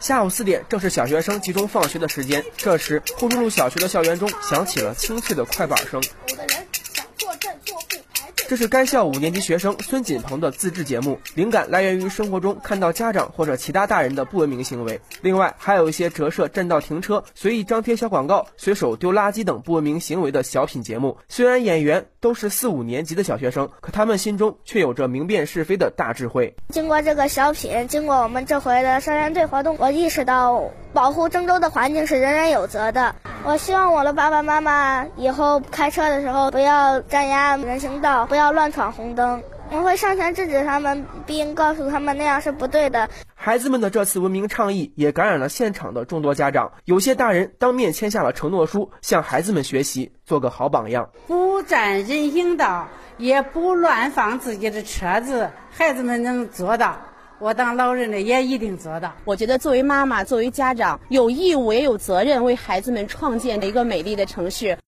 下午4点，正是小学生集中放学的时间。这时，呼噜噜小学的校园中响起了清脆的快板声。这是该校5年级学生孙锦鹏的自制节目，灵感来源于生活中看到家长或者其他大人的不文明行为。另外，还有一些折射占道停车、随意张贴小广告、随手丢垃圾等不文明行为的小品节目。虽然演员都是4、5年级的小学生，可他们心中却有着明辨是非的大智慧。 经过这个小品，经过我们这回的少先队活动，我意识到保护郑州的环境是人人有责的。我希望我的爸爸妈妈以后开车的时候不要占压人行道，不要乱闯红灯。我会上前制止他们，并告诉他们那样是不对的。 孩子们的这次文明倡议也感染了现场的众多家长，有些大人当面签下了承诺书，向孩子们学习，做个好榜样。 不占人行道，也不乱放自己的车子，孩子们能做到，我当老人的也一定做到。 我觉得作为妈妈，作为家长，有义务也有责任为孩子们创建一个美丽的城市。